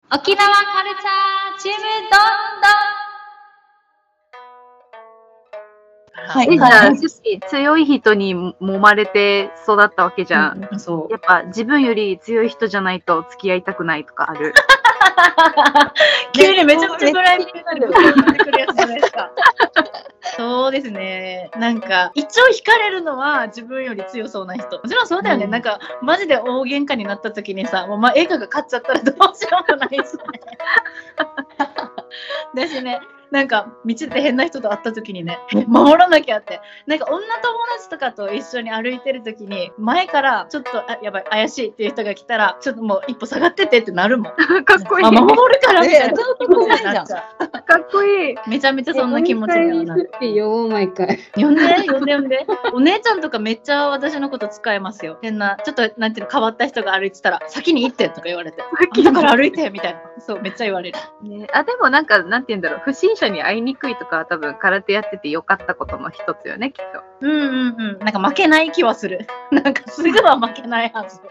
沖縄カルチャーチームはい、 じゃあ、強い人に揉まれて育ったわけじゃん。 そう。 やっぱ自分より強い人じゃないと付き合いたくないとかある。 急にめちゃくちゃ暗いみんなで歌ってくるやつじゃないですか。そうですね。なんか、一応惹かれるのは自分より強そうな人。もちろんそうだよね。なんか、マジで大喧嘩になった時にさ、もう映画が勝っちゃったらどうしようもないですね。だしね、なんか道で変な人と会った時にね、守らなきゃって、なんか女友達とかと一緒に歩いてる時に前からちょっとやばい怪しいっていう人が来たらちょっともう一歩下がってってなるもん。 かっこいい。 守るからみたいな。 かっこいい。 めちゃめちゃそんな気持ちになる。 毎回呼んで。お姉ちゃんとかめっちゃ私のこと使えますよ。変なちょっとなんていうの変わった人が歩いてたら先に行ってとか言われて、だから歩いてみたいな。そうめっちゃ言われる。 ね、でもなんかなんて言うんだろう、不審者に会いにくいとかは多分空手やっててよかったことの一つよね、きっと。 なんか負けない気はする。なんかすぐは負けないはず。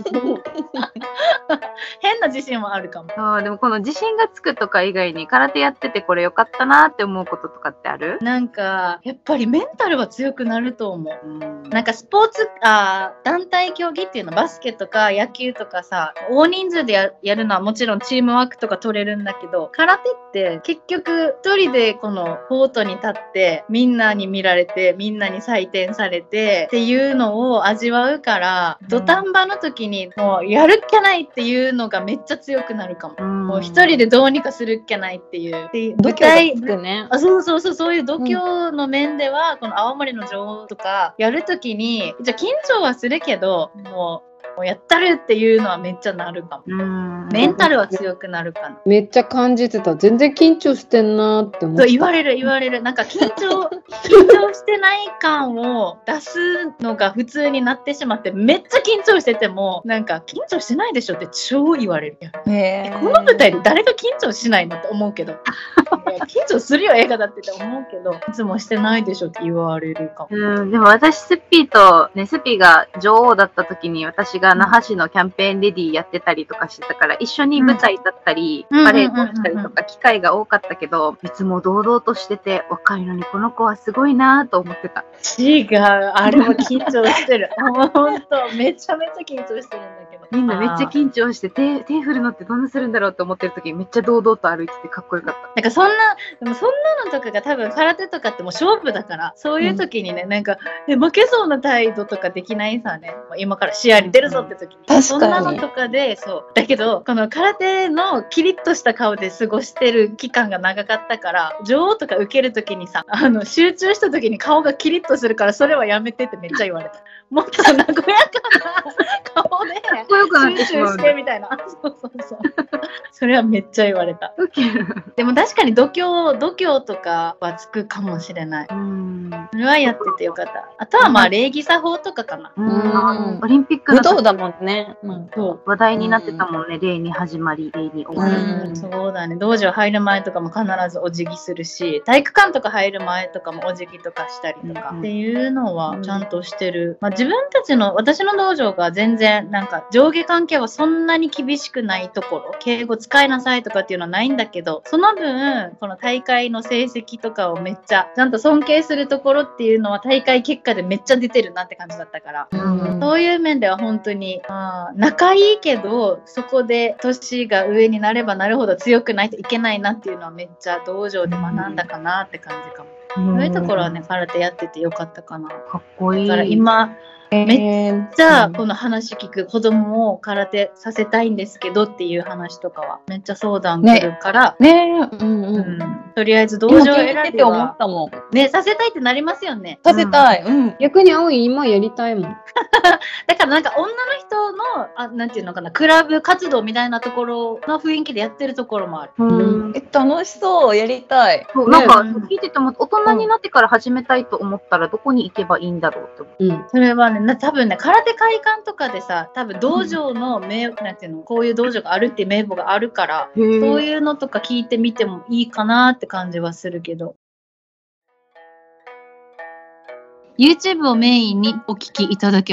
変な自信はあるかも。 でもこの自信がつくとか以外に空手やっててこれよかったなって思うこととかってある？ なんかやっぱりメンタルは強くなると思う。なんかスポーツ団体競技っていうのバスケとか野球とかさ、大人数でやるのはもちろんチームワークとか取れるんだけど、空手って結局一人でこのコートに立ってみんなに見られてみんなに採点されてっていうのを味わうから、土壇場の時にもうやるっきゃないっていうのがめっちゃ強くなるかも。もう一人でどうにかするっきゃないっていう。 度胸がつくね。 そういう度胸の面では、この青森の女王とかやるときに、じゃあ緊張はするけど、もうやったるっていうのはめっちゃなるかも。メンタルは強くなるかな。 めっちゃ感じてた。全然緊張してんなって思って。 そう言われる。なんか緊張してない感を出すのが普通になってしまって、めっちゃ緊張してても、なんか緊張してないでしょって超言われる。この舞台で誰が緊張しないのって思うけど。緊張するよ映画だってって思うけど、いつもしてないでしょって言われるかも。 でも私スッピーとね、スッピーが女王だった時に私が那覇市のキャンペーンレディーやってたりとかしてたから、一緒に舞台だったり、パレードしたりとか機会が多かったけど、いつも堂々としてて若いのにこの子はすごいなと思ってた。 違う、あれも緊張してる。ほんとめちゃめちゃ緊張してるんだけど、 みんなめっちゃ緊張して手振るのってどんなするんだろうって思ってる時にめっちゃ堂々と歩いててかっこよかった。 なんかでもそんなのとかが多分空手とかってもう勝負だから、そういう時にね、なんか負けそうな態度とかできないさね、今から試合に出るぞって時に、そんなのとかで、そうだけどこの空手のキリッとした顔で過ごしてる期間が長かったから、女王とか受ける時にさ、集中した時に顔がキリッとするからそれはやめてってめっちゃ言われた。もっと和やかな顔で集中してみたいな。そうそれはめっちゃ言われた。でも確かに度胸とかはつくかもしれない。それはやっててよかった。あとはまあ礼儀作法とかかな。 オリンピックの武道だもんね。 そう話題になってたもんね。礼に始まり、礼に終わり。 そうだね。道場入る前とかも必ずお辞儀するし、体育館とか入る前とかもお辞儀とかしたりとかっていうのはちゃんとしてる。まあ自分たちの私の道場が全然なんか上下関係はそんなに厳しくないところ、敬語使いなさいとかっていうのはないんだけど、その分この大会の成績とかをめっちゃちゃんと尊敬するところっていうのは大会結果でめっちゃ出てるなって感じだったから、そういう面では本当に仲いいけどそこで年が上になればなるほど強くないといけないなっていうのはめっちゃ道場で学んだかなって感じかも。そういうところはね、空手やっててよかったかな。 かっこいい。 だから今めっちゃこの話聞く、子供を空手させたいんですけどっていう話とかはめっちゃ相談来るからとりあえず道場選びはね、させたいってなりますよね。 させたい。逆に葵今やりたいもん。 だからなんか女の人のなんていうのかな、クラブ活動みたいなところの雰囲気でやってるところもある。 楽しそう、やりたい。 なんか聞いてても大人になってから始めたいと思ったらどこに行けばいいんだろうって思う。 それはね、多分ね、空手会館とかでさ、多分道場のなんていうの、こういう道場があるっていう名簿があるから、そういうのとか聞いてみてもいいかなって感じはするけど。YouTube をメインにお聞きいただけます。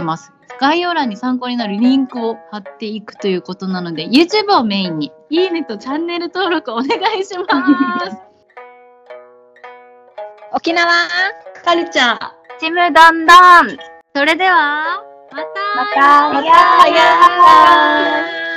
概要欄に参考になるリンクを貼っていくということなので、YouTube をメインに、いいねとチャンネル登録お願いします。 沖縄カルチャー。 ちむどんどん。 それでは、またまた、やーやー。